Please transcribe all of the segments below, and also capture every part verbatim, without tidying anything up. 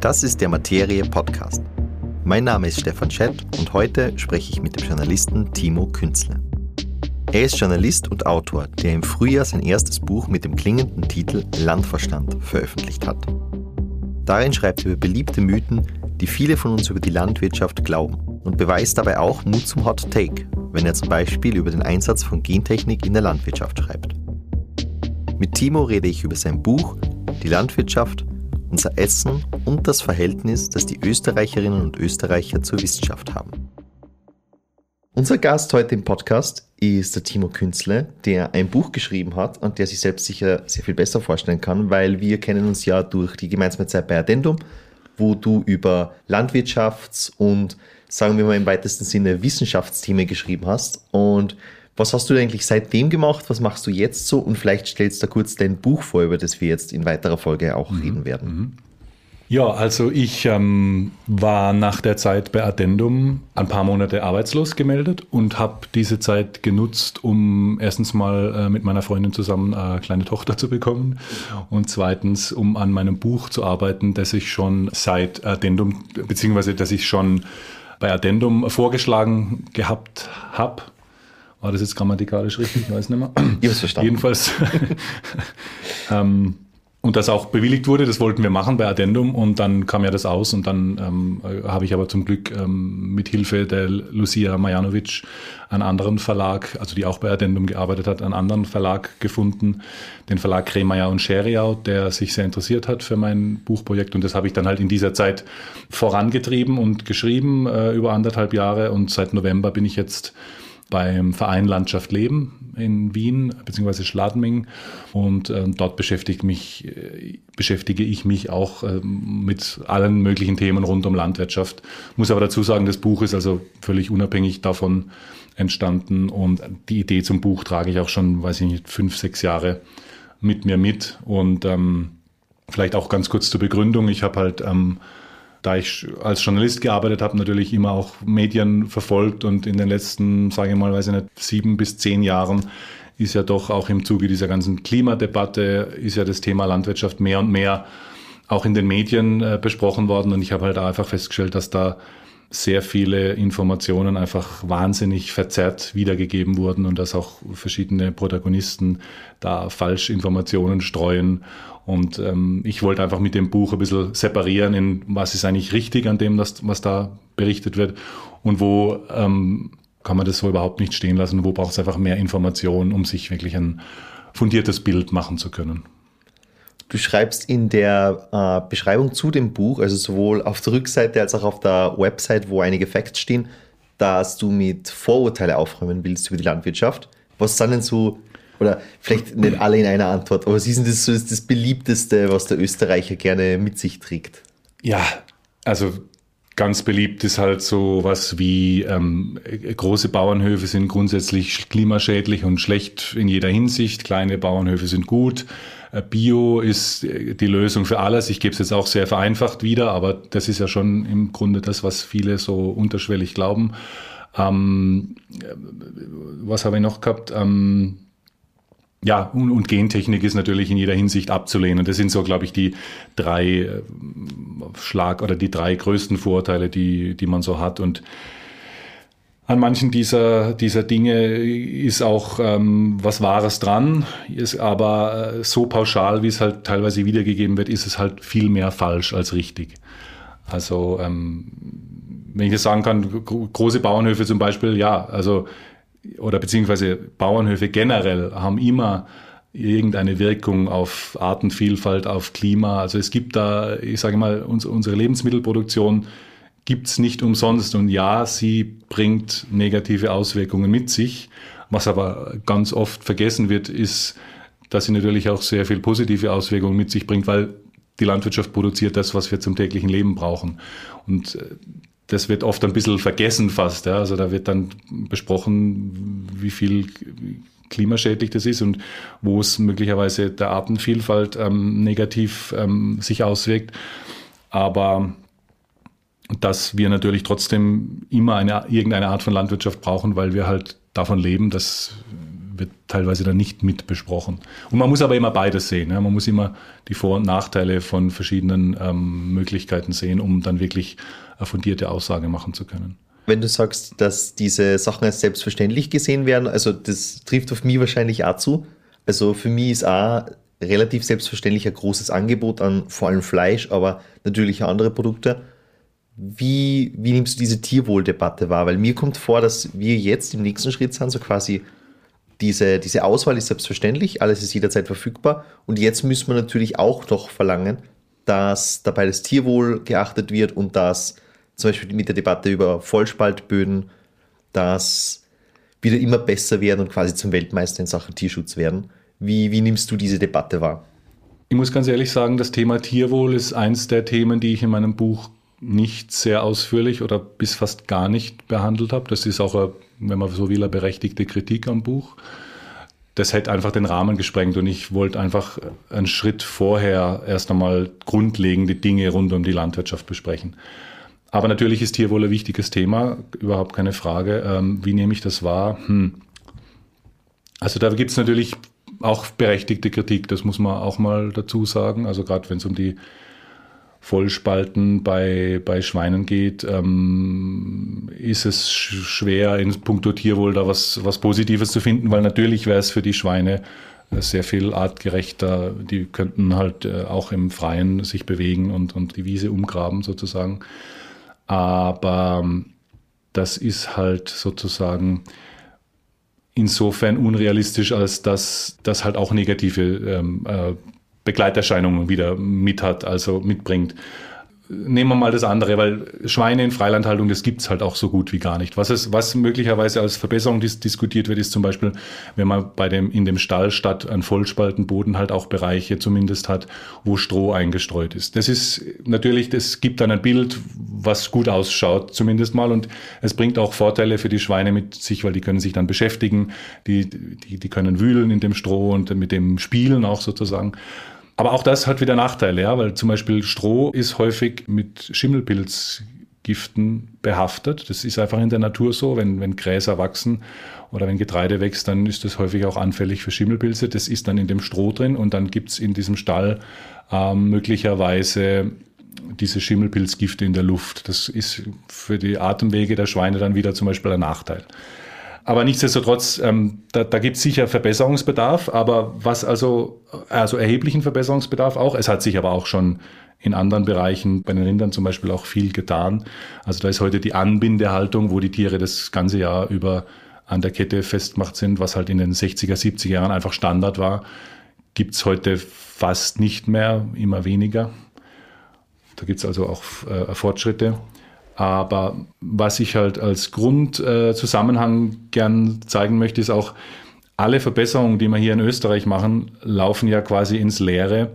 Das ist der Materie Podcast. Mein Name ist Stefan Schett und heute spreche ich mit dem Journalisten Timo Künzle. Er ist Journalist und Autor, der im Frühjahr sein erstes Buch mit dem klingenden Titel Landverstand veröffentlicht hat. Darin schreibt er über beliebte Mythen, die viele von uns über die Landwirtschaft glauben und beweist dabei auch Mut zum Hot Take, wenn er zum Beispiel über den Einsatz von Gentechnik in der Landwirtschaft schreibt. Mit Timo rede ich über sein Buch, die Landwirtschaft, unser Essen und das Verhältnis, das die Österreicherinnen und Österreicher zur Wissenschaft haben. Unser Gast heute im Podcast ist der Timo Künzle, der ein Buch geschrieben hat und der sich selbst sicher sehr viel besser vorstellen kann, weil wir kennen uns ja durch die gemeinsame Zeit bei Addendum, wo du über Landwirtschafts- und, sagen wir mal im weitesten Sinne, Wissenschaftsthemen geschrieben hast. Und was hast du denn eigentlich seitdem gemacht? Was machst du jetzt so? Und vielleicht stellst du da kurz dein Buch vor, über das wir jetzt in weiterer Folge auch mhm. reden werden. Ja, also ich ähm, war nach der Zeit bei Addendum ein paar Monate arbeitslos gemeldet und habe diese Zeit genutzt, um erstens mal äh, mit meiner Freundin zusammen eine kleine Tochter zu bekommen und zweitens, um an meinem Buch zu arbeiten, das ich schon seit Addendum, beziehungsweise das ich schon bei Addendum vorgeschlagen gehabt habe. War das jetzt grammatikalisch richtig? Ich weiß nicht mehr. Ich habe es verstanden. Jedenfalls. ähm, und das auch bewilligt wurde, das wollten wir machen bei Addendum und dann kam ja das aus und dann ähm, habe ich aber zum Glück ähm, mit Hilfe der Lucia Majanovic einen anderen Verlag, also die auch bei Addendum gearbeitet hat, einen anderen Verlag gefunden, den Verlag Kremeyer und Scheriau, der sich sehr interessiert hat für mein Buchprojekt und das habe ich dann halt in dieser Zeit vorangetrieben und geschrieben äh, über anderthalb Jahre und seit November bin ich jetzt beim Verein Landschaft Leben in Wien bzw. Schladming und äh, dort beschäftigt mich, äh, beschäftige ich mich auch äh, mit allen möglichen Themen rund um Landwirtschaft. Muss aber dazu sagen, das Buch ist also völlig unabhängig davon entstanden und die Idee zum Buch trage ich auch schon, weiß ich nicht, fünf, sechs Jahre mit mir mit und ähm, vielleicht auch ganz kurz zur Begründung. Ich habe halt ähm, Da ich als Journalist gearbeitet habe, natürlich immer auch Medien verfolgt und in den letzten, sage ich mal, weiß ich nicht, sieben bis zehn Jahren ist ja doch auch im Zuge dieser ganzen Klimadebatte ist ja das Thema Landwirtschaft mehr und mehr auch in den Medien äh, besprochen worden und ich habe halt einfach festgestellt, dass da sehr viele Informationen einfach wahnsinnig verzerrt wiedergegeben wurden und dass auch verschiedene Protagonisten da Falschinformationen streuen. Und ähm, ich wollte einfach mit dem Buch ein bisschen separieren, in was ist eigentlich richtig an dem, das, was da berichtet wird und wo ähm, kann man das so überhaupt nicht stehen lassen, wo braucht es einfach mehr Informationen, um sich wirklich ein fundiertes Bild machen zu können. Du schreibst in der äh, Beschreibung zu dem Buch, also sowohl auf der Rückseite als auch auf der Website, wo einige Facts stehen, dass du mit Vorurteile aufräumen willst über die Landwirtschaft. Was sind denn so, oder vielleicht nicht alle in einer Antwort, aber was ist denn das, so das beliebteste, was der Österreicher gerne mit sich trägt? Ja, also ganz beliebt ist halt so was wie ähm, große Bauernhöfe sind grundsätzlich klimaschädlich und schlecht in jeder Hinsicht, kleine Bauernhöfe sind gut. Bio ist die Lösung für alles. Ich gebe es jetzt auch sehr vereinfacht wieder, aber das ist ja schon im Grunde das, was viele so unterschwellig glauben. Ähm, was habe ich noch gehabt? Ähm, ja, und, und Gentechnik ist natürlich in jeder Hinsicht abzulehnen. Das sind so, glaube ich, die drei äh, Schlag- oder die drei größten Vorurteile, die, die man so hat. Und an manchen dieser, dieser Dinge ist auch ähm, was Wahres dran, ist aber äh, so pauschal, wie es halt teilweise wiedergegeben wird, ist es halt viel mehr falsch als richtig. Also ähm, wenn ich das sagen kann, gro- große Bauernhöfe zum Beispiel, ja, also oder beziehungsweise Bauernhöfe generell haben immer irgendeine Wirkung auf Artenvielfalt, auf Klima. Also es gibt da, ich sage mal, uns, unsere Lebensmittelproduktion gibt's nicht umsonst und ja, sie bringt negative Auswirkungen mit sich. Was aber ganz oft vergessen wird, ist, dass sie natürlich auch sehr viel positive Auswirkungen mit sich bringt, weil die Landwirtschaft produziert das, was wir zum täglichen Leben brauchen. Und das wird oft ein bisschen vergessen fast. Ja. Also da wird dann besprochen, wie viel klimaschädlich das ist und wo es möglicherweise der Artenvielfalt ähm, negativ ähm, sich auswirkt. Aber dass wir natürlich trotzdem immer eine, irgendeine Art von Landwirtschaft brauchen, weil wir halt davon leben, dass wird teilweise dann nicht mit besprochen. Und man muss aber immer beides sehen. Ja? Man muss immer die Vor- und Nachteile von verschiedenen ähm, Möglichkeiten sehen, um dann wirklich eine fundierte Aussage machen zu können. Wenn du sagst, dass diese Sachen als selbstverständlich gesehen werden, also das trifft auf mich wahrscheinlich auch zu. Also für mich ist auch relativ selbstverständlich ein großes Angebot an vor allem Fleisch, aber natürlich auch andere Produkte. Wie, wie nimmst du diese Tierwohldebatte wahr? Weil mir kommt vor, dass wir jetzt im nächsten Schritt sind, so quasi diese, diese Auswahl ist selbstverständlich, alles ist jederzeit verfügbar und jetzt müssen wir natürlich auch noch verlangen, dass dabei das Tierwohl geachtet wird und dass zum Beispiel mit der Debatte über Vollspaltböden, dass wieder immer besser werden und quasi zum Weltmeister in Sachen Tierschutz werden. Wie, wie nimmst du diese Debatte wahr? Ich muss ganz ehrlich sagen, das Thema Tierwohl ist eins der Themen, die ich in meinem Buch nicht sehr ausführlich oder bis fast gar nicht behandelt habe. Das ist auch, eine, wenn man so will, eine berechtigte Kritik am Buch. Das hätte einfach den Rahmen gesprengt und ich wollte einfach einen Schritt vorher erst einmal grundlegende Dinge rund um die Landwirtschaft besprechen. Aber natürlich ist Tierwohl ein wichtiges Thema, überhaupt keine Frage. Ähm, wie nehme ich das wahr? Hm. Also da gibt es natürlich auch berechtigte Kritik, das muss man auch mal dazu sagen. Also gerade wenn es um die Vollspalten bei, bei Schweinen geht, ähm, ist es schwer, in puncto Tierwohl da was, was Positives zu finden, weil natürlich wäre es für die Schweine sehr viel artgerechter. Die könnten halt äh, auch im Freien sich bewegen und, und die Wiese umgraben sozusagen. Aber ähm, das ist halt sozusagen insofern unrealistisch, als dass das halt auch negative ähm, äh, Begleiterscheinungen wieder mit hat, also mitbringt. Nehmen wir mal das andere, weil Schweine in Freilandhaltung, das gibt's halt auch so gut wie gar nicht. Was es, was möglicherweise als Verbesserung dis- diskutiert wird, ist zum Beispiel, wenn man bei dem, in dem Stall statt an Vollspaltenboden halt auch Bereiche zumindest hat, wo Stroh eingestreut ist. Das ist natürlich, das gibt dann ein Bild, was gut ausschaut, zumindest mal. Und es bringt auch Vorteile für die Schweine mit sich, weil die können sich dann beschäftigen, die, die, die können wühlen in dem Stroh und mit dem spielen auch sozusagen. Aber auch das hat wieder Nachteile, ja, weil zum Beispiel Stroh ist häufig mit Schimmelpilzgiften behaftet. Das ist einfach in der Natur so. Wenn, wenn Gräser wachsen oder wenn Getreide wächst, dann ist das häufig auch anfällig für Schimmelpilze. Das ist dann in dem Stroh drin und dann gibt's in diesem Stall ähm, möglicherweise diese Schimmelpilzgifte in der Luft. Das ist für die Atemwege der Schweine dann wieder zum Beispiel ein Nachteil. Aber nichtsdestotrotz, ähm, da, da gibt es sicher Verbesserungsbedarf, aber was also, also erheblichen Verbesserungsbedarf auch. Es hat sich aber auch schon in anderen Bereichen, bei den Rindern zum Beispiel, auch viel getan. Also da ist heute die Anbindehaltung, wo die Tiere das ganze Jahr über an der Kette festgemacht sind, was halt in den sechziger, siebziger Jahren einfach Standard war, gibt es heute fast nicht mehr, immer weniger. Da gibt es also auch äh, Fortschritte. Aber was ich halt als Grundzusammenhang äh, gern zeigen möchte, ist auch, alle Verbesserungen, die wir hier in Österreich machen, laufen ja quasi ins Leere,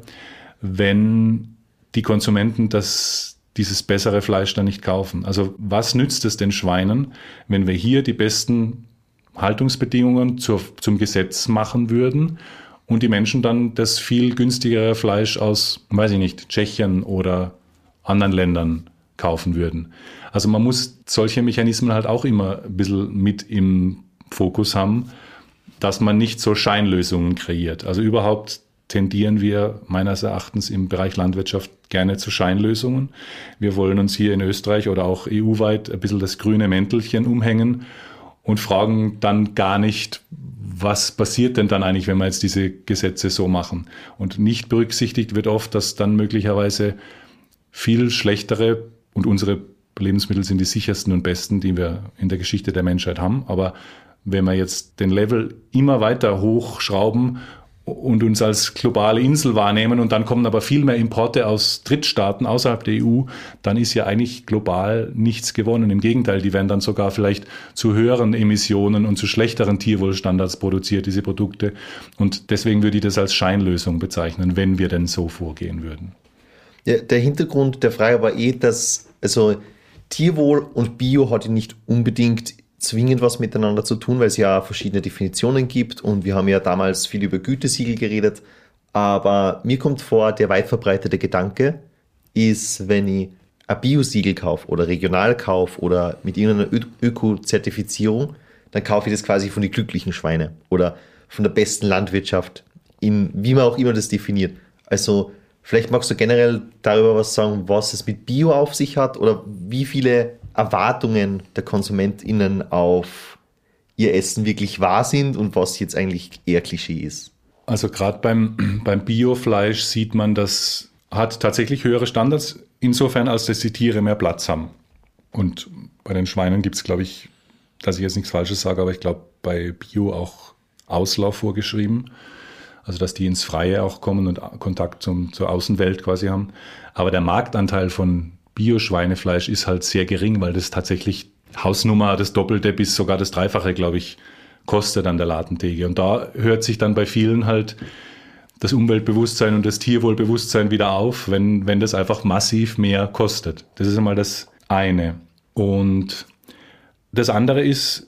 wenn die Konsumenten das, dieses bessere Fleisch dann nicht kaufen. Also was nützt es den Schweinen, wenn wir hier die besten Haltungsbedingungen zur, zum Gesetz machen würden und die Menschen dann das viel günstigere Fleisch aus, weiß ich nicht, Tschechien oder anderen Ländern kaufen würden. Also man muss solche Mechanismen halt auch immer ein bisschen mit im Fokus haben, dass man nicht so Scheinlösungen kreiert. Also überhaupt tendieren wir meines Erachtens im Bereich Landwirtschaft gerne zu Scheinlösungen. Wir wollen uns hier in Österreich oder auch E U-weit ein bisschen das grüne Mäntelchen umhängen und fragen dann gar nicht, was passiert denn dann eigentlich, wenn wir jetzt diese Gesetze so machen. Und nicht berücksichtigt wird oft, dass dann möglicherweise viel schlechtere, und unsere Lebensmittel sind die sichersten und besten, die wir in der Geschichte der Menschheit haben. Aber wenn wir jetzt den Level immer weiter hochschrauben und uns als globale Insel wahrnehmen und dann kommen aber viel mehr Importe aus Drittstaaten außerhalb der E U, dann ist ja eigentlich global nichts gewonnen. Im Gegenteil, die werden dann sogar vielleicht zu höheren Emissionen und zu schlechteren Tierwohlstandards produziert, diese Produkte. Und deswegen würde ich das als Scheinlösung bezeichnen, wenn wir denn so vorgehen würden. Ja, der Hintergrund der Frage war eh, dass also Tierwohl und Bio hat ja nicht unbedingt zwingend was miteinander zu tun, weil es ja verschiedene Definitionen gibt und wir haben ja damals viel über Gütesiegel geredet, aber mir kommt vor, der weit verbreitete Gedanke ist, wenn ich ein Bio-Siegel kaufe oder regional kaufe oder mit irgendeiner Ö- Öko-Zertifizierung, dann kaufe ich das quasi von den glücklichen Schweine oder von der besten Landwirtschaft, in wie man auch immer das definiert. Also vielleicht magst du generell darüber was sagen, was es mit Bio auf sich hat oder wie viele Erwartungen der KonsumentInnen auf ihr Essen wirklich wahr sind und was jetzt eigentlich eher Klischee ist. Also gerade beim, beim Biofleisch sieht man, das hat tatsächlich höhere Standards, insofern, als dass die Tiere mehr Platz haben. Und bei den Schweinen gibt es, glaube ich, dass ich jetzt nichts Falsches sage, aber ich glaube, bei Bio auch Auslauf vorgeschrieben. Also dass die ins Freie auch kommen und Kontakt zum, zur Außenwelt quasi haben. Aber der Marktanteil von Bio-Schweinefleisch ist halt sehr gering, weil das tatsächlich Hausnummer das Doppelte bis sogar das Dreifache, glaube ich, kostet an der Ladentheke. Und da hört sich dann bei vielen halt das Umweltbewusstsein und das Tierwohlbewusstsein wieder auf, wenn, wenn das einfach massiv mehr kostet. Das ist einmal das eine. Und das andere ist,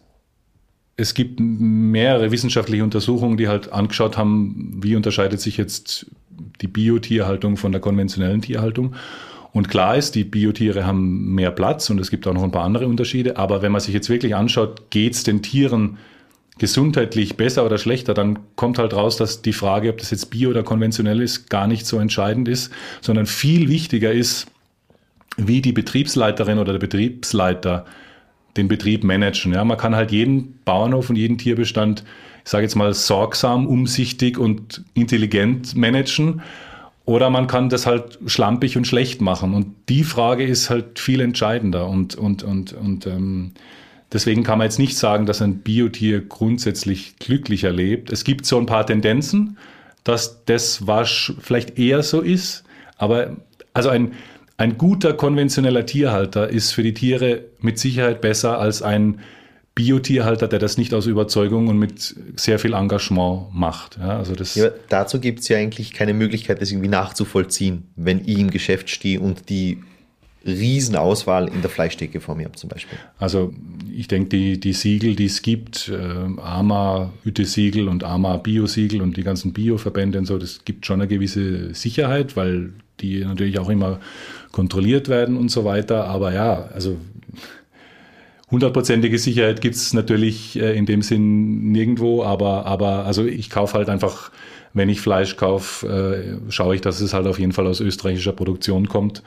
es gibt mehrere wissenschaftliche Untersuchungen, die halt angeschaut haben, wie unterscheidet sich jetzt die Biotierhaltung von der konventionellen Tierhaltung. Und klar ist, die Biotiere haben mehr Platz und es gibt auch noch ein paar andere Unterschiede. Aber wenn man sich jetzt wirklich anschaut, geht es den Tieren gesundheitlich besser oder schlechter, dann kommt halt raus, dass die Frage, ob das jetzt bio oder konventionell ist, gar nicht so entscheidend ist, sondern viel wichtiger ist, wie die Betriebsleiterin oder der Betriebsleiter den Betrieb managen. Ja, man kann halt jeden Bauernhof und jeden Tierbestand, ich sage jetzt mal, sorgsam, umsichtig und intelligent managen. Oder man kann das halt schlampig und schlecht machen. Und die Frage ist halt viel entscheidender. Und, und, und, und ähm, deswegen kann man jetzt nicht sagen, dass ein Biotier grundsätzlich glücklicher lebt. Es gibt so ein paar Tendenzen, dass das wasch vielleicht eher so ist. Aber also ein Ein guter konventioneller Tierhalter ist für die Tiere mit Sicherheit besser als ein Biotierhalter, der das nicht aus Überzeugung und mit sehr viel Engagement macht. Ja, also das ja, dazu gibt es ja eigentlich keine Möglichkeit, das irgendwie nachzuvollziehen, wenn ich im Geschäft stehe und die Riesenauswahl in der Fleischtheke vor mir habe zum Beispiel. Also ich denke, die, die Siegel, die es gibt, äh, A M A-Hütesiegel und A M A-Biosiegel und die ganzen Bioverbände und so, das gibt schon eine gewisse Sicherheit, weil die natürlich auch immer kontrolliert werden und so weiter. Aber ja, also hundertprozentige Sicherheit gibt es natürlich äh, in dem Sinn nirgendwo. Aber, aber also ich kaufe halt einfach, wenn ich Fleisch kaufe, äh, schaue ich, dass es halt auf jeden Fall aus österreichischer Produktion kommt.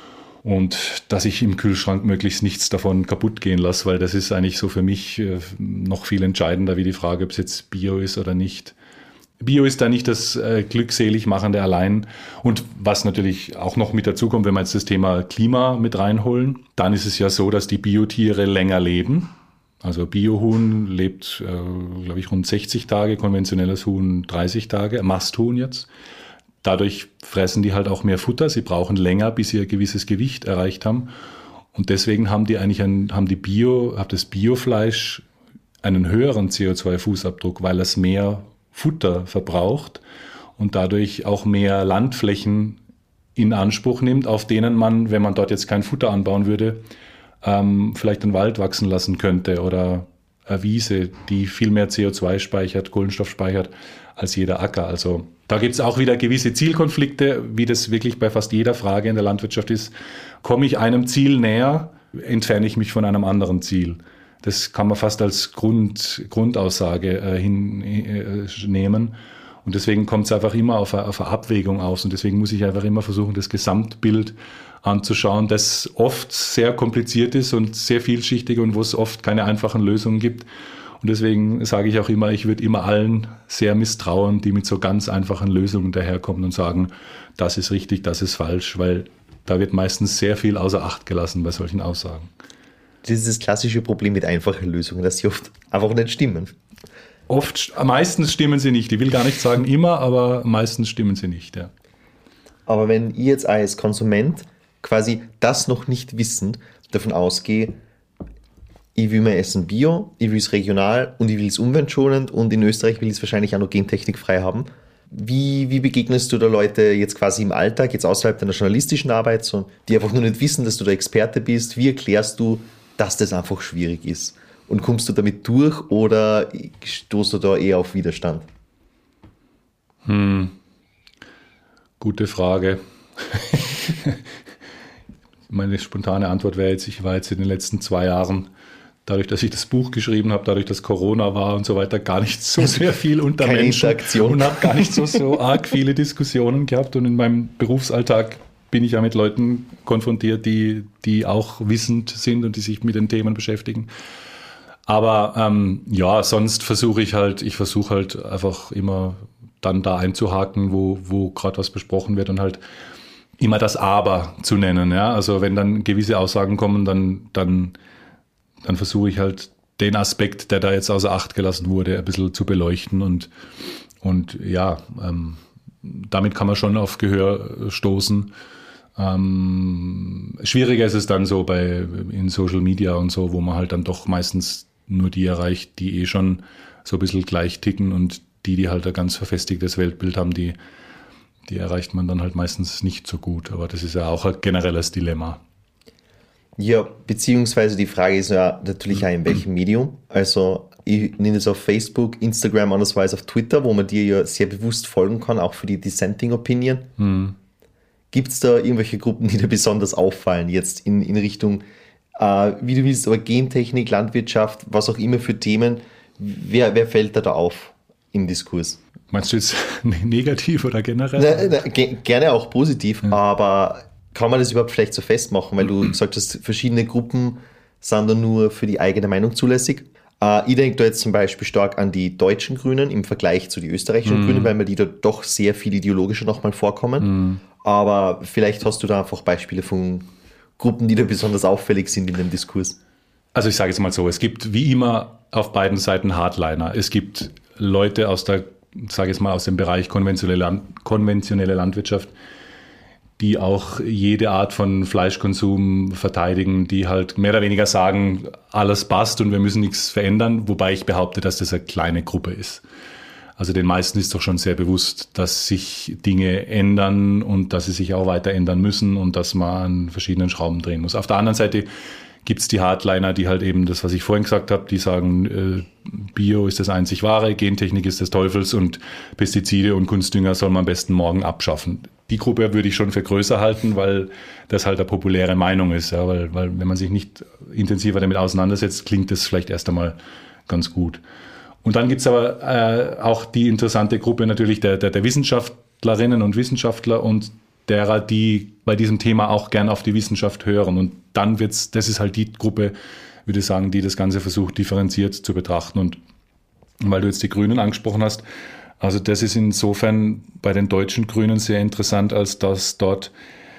Und dass ich im Kühlschrank möglichst nichts davon kaputt gehen lasse, weil das ist eigentlich so für mich äh, noch viel entscheidender wie die Frage, ob es jetzt Bio ist oder nicht. Bio ist da nicht das äh, Glückseligmachende allein. Und was natürlich auch noch mit dazu kommt, wenn wir jetzt das Thema Klima mit reinholen, dann ist es ja so, dass die Biotiere länger leben. Also Biohuhn lebt, äh, glaube ich, rund sechzig Tage, konventionelles Huhn dreißig Tage, Masthuhn jetzt. Dadurch fressen die halt auch mehr Futter. Sie brauchen länger, bis sie ein gewisses Gewicht erreicht haben. Und deswegen haben die eigentlich ein, haben die Bio, hat das Biofleisch einen höheren C O zwei Fußabdruck, weil es mehr Futter verbraucht und dadurch auch mehr Landflächen in Anspruch nimmt, auf denen man, wenn man dort jetzt kein Futter anbauen würde, ähm, vielleicht einen Wald wachsen lassen könnte oder eine Wiese, die viel mehr C O zwei speichert, Kohlenstoff speichert als jeder Acker. Also da gibt es auch wieder gewisse Zielkonflikte, wie das wirklich bei fast jeder Frage in der Landwirtschaft ist. Komme ich einem Ziel näher, entferne ich mich von einem anderen Ziel. Das kann man fast als Grund, Grundaussage äh, hinnehmen. Äh, und deswegen kommt es einfach immer auf eine, auf eine Abwägung aus. Und deswegen muss ich einfach immer versuchen, das Gesamtbild anzuschauen, das oft sehr kompliziert ist und sehr vielschichtig und wo es oft keine einfachen Lösungen gibt. Und deswegen sage ich auch immer, ich würde immer allen sehr misstrauen, die mit so ganz einfachen Lösungen daherkommen und sagen, das ist richtig, das ist falsch, weil da wird meistens sehr viel außer Acht gelassen bei solchen Aussagen. Das ist das klassische Problem mit einfachen Lösungen, dass sie oft einfach nicht stimmen. Oft, meistens stimmen sie nicht. Ich will gar nicht sagen immer, aber meistens stimmen sie nicht, ja. Aber wenn ich jetzt als Konsument quasi das noch nicht wissend davon ausgehe, ich will mein Essen bio, ich will es regional und ich will es umweltschonend und in Österreich will ich es wahrscheinlich auch noch gentechnikfrei haben. Wie, wie begegnest du da Leute jetzt quasi im Alltag, jetzt außerhalb deiner journalistischen Arbeit, so, die einfach nur nicht wissen, dass du der Experte bist? Wie erklärst du, dass das einfach schwierig ist? Und kommst du damit durch oder stoßt du da eher auf Widerstand? Hm. Gute Frage. Meine spontane Antwort wäre jetzt, ich war jetzt in den letzten zwei Jahren dadurch, dass ich das Buch geschrieben habe, dadurch, dass Corona war und so weiter, gar nicht so sehr viel unter Keine Menschen Interaktion. Und habe gar nicht so, so arg viele Diskussionen gehabt. Und in meinem Berufsalltag bin ich ja mit Leuten konfrontiert, die, die auch wissend sind und die sich mit den Themen beschäftigen. Aber ähm, ja, sonst versuche ich halt, ich versuche halt einfach immer dann da einzuhaken, wo, wo gerade was besprochen wird und halt immer das Aber zu nennen. Ja? Also wenn dann gewisse Aussagen kommen, dann, dann, dann versuche ich halt den Aspekt, der da jetzt außer Acht gelassen wurde, ein bisschen zu beleuchten. Und, und ja, ähm, damit kann man schon auf Gehör stoßen. Ähm, schwieriger ist es dann so bei in Social Media und so, wo man halt dann doch meistens nur die erreicht, die eh schon so ein bisschen gleich ticken, und die, die halt ein ganz verfestigtes Weltbild haben, die, die erreicht man dann halt meistens nicht so gut. Aber das ist ja auch ein generelles Dilemma. Ja, beziehungsweise die Frage ist ja natürlich auch in welchem Medium. Also ich nehme es auf Facebook, Instagram, andersweise auf Twitter, wo man dir ja sehr bewusst folgen kann, auch für die Dissenting Opinion. Mhm. Gibt es da irgendwelche Gruppen, die dir besonders auffallen, jetzt in, in Richtung, äh, wie du willst, aber Gentechnik, Landwirtschaft, was auch immer für Themen, wer, wer fällt da da auf im Diskurs? Meinst du jetzt negativ oder generell? Na, na, ge- gerne auch positiv, ja. Aber kann man das überhaupt vielleicht so festmachen, weil du gesagt hast, verschiedene Gruppen sind da nur für die eigene Meinung zulässig. Äh, ich denke da jetzt zum Beispiel stark an die deutschen Grünen im Vergleich zu den österreichischen mm. Grünen, weil mir die da doch sehr viel ideologischer nochmal vorkommen. Mm. Aber vielleicht hast du da einfach Beispiele von Gruppen, die da besonders auffällig sind in dem Diskurs. Also ich sage jetzt mal so, es gibt wie immer auf beiden Seiten Hardliner. Es gibt Leute aus der, sage ich jetzt mal, aus dem Bereich konventionelle, konventionelle Landwirtschaft, die auch jede Art von Fleischkonsum verteidigen, die halt mehr oder weniger sagen, alles passt und wir müssen nichts verändern, wobei ich behaupte, dass das eine kleine Gruppe ist. Also den meisten ist doch schon sehr bewusst, dass sich Dinge ändern und dass sie sich auch weiter ändern müssen und dass man an verschiedenen Schrauben drehen muss. Auf der anderen Seite gibt es die Hardliner, die halt eben das, was ich vorhin gesagt habe, die sagen, äh, Bio ist das einzig Wahre, Gentechnik ist des Teufels und Pestizide und Kunstdünger soll man am besten morgen abschaffen. Die Gruppe würde ich schon für größer halten, weil das halt eine populäre Meinung ist. Ja, weil, weil wenn man sich nicht intensiver damit auseinandersetzt, klingt das vielleicht erst einmal ganz gut. Und dann gibt es aber äh, auch die interessante Gruppe natürlich der, der, der Wissenschaftlerinnen und Wissenschaftler und derer, die bei diesem Thema auch gern auf die Wissenschaft hören. Und dann wird's, das ist halt die Gruppe, würde ich sagen, die das Ganze versucht, differenziert zu betrachten. Und weil du jetzt die Grünen angesprochen hast, also das ist insofern bei den deutschen Grünen sehr interessant, als dass dort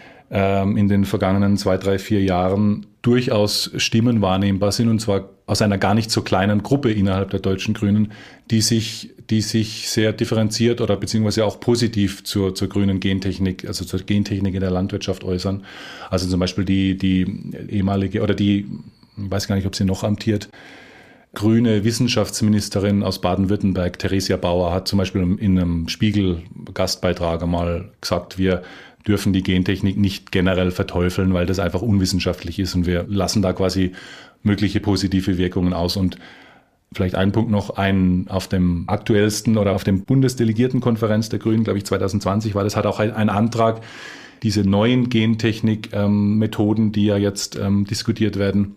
ähm, in den vergangenen zwei, drei, vier Jahren durchaus Stimmen wahrnehmbar sind, und zwar aus einer gar nicht so kleinen Gruppe innerhalb der deutschen Grünen, die sich, die sich sehr differenziert oder beziehungsweise auch positiv zur, zur grünen Gentechnik, also zur Gentechnik in der Landwirtschaft äußern. Also zum Beispiel die, die ehemalige oder die, ich weiß gar nicht, ob sie noch amtiert, grüne Wissenschaftsministerin aus Baden-Württemberg, Theresia Bauer, hat zum Beispiel in einem Spiegel-Gastbeitrag einmal gesagt, wir dürfen die Gentechnik nicht generell verteufeln, weil das einfach unwissenschaftlich ist und wir lassen da quasi mögliche positive Wirkungen aus. Und vielleicht ein Punkt noch, ein auf dem aktuellsten oder auf dem Bundesdelegiertenkonferenz der Grünen, glaube ich zwanzig zwanzig war das, hat auch ein, ein Antrag, diese neuen Gentechnik-Methoden, ähm, die ja jetzt ähm, diskutiert werden,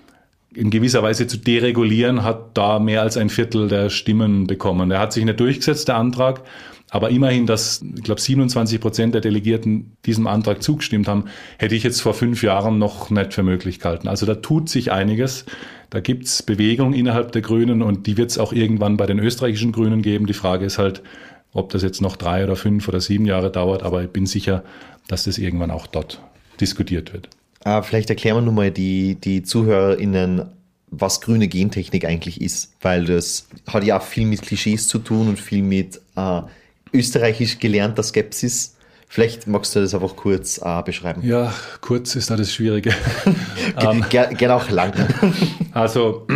in gewisser Weise zu deregulieren, hat da mehr als ein Viertel der Stimmen bekommen. Der hat sich nicht durchgesetzt, der Antrag, aber immerhin, dass, ich glaube, siebenundzwanzig Prozent der Delegierten diesem Antrag zugestimmt haben, hätte ich jetzt vor fünf Jahren noch nicht für möglich gehalten. Also da tut sich einiges. Da gibt's Bewegung innerhalb der Grünen und die wird es auch irgendwann bei den österreichischen Grünen geben. Die Frage ist halt, ob das jetzt noch drei oder fünf oder sieben Jahre dauert, aber ich bin sicher, dass das irgendwann auch dort diskutiert wird. Uh, vielleicht erklären wir nun mal die, die ZuhörerInnen, was grüne Gentechnik eigentlich ist, weil das hat ja auch viel mit Klischees zu tun und viel mit uh, österreichisch gelernter Skepsis. Vielleicht magst du das einfach kurz uh, beschreiben. Ja, kurz ist da das Schwierige. um, Gerne gern auch lang. Also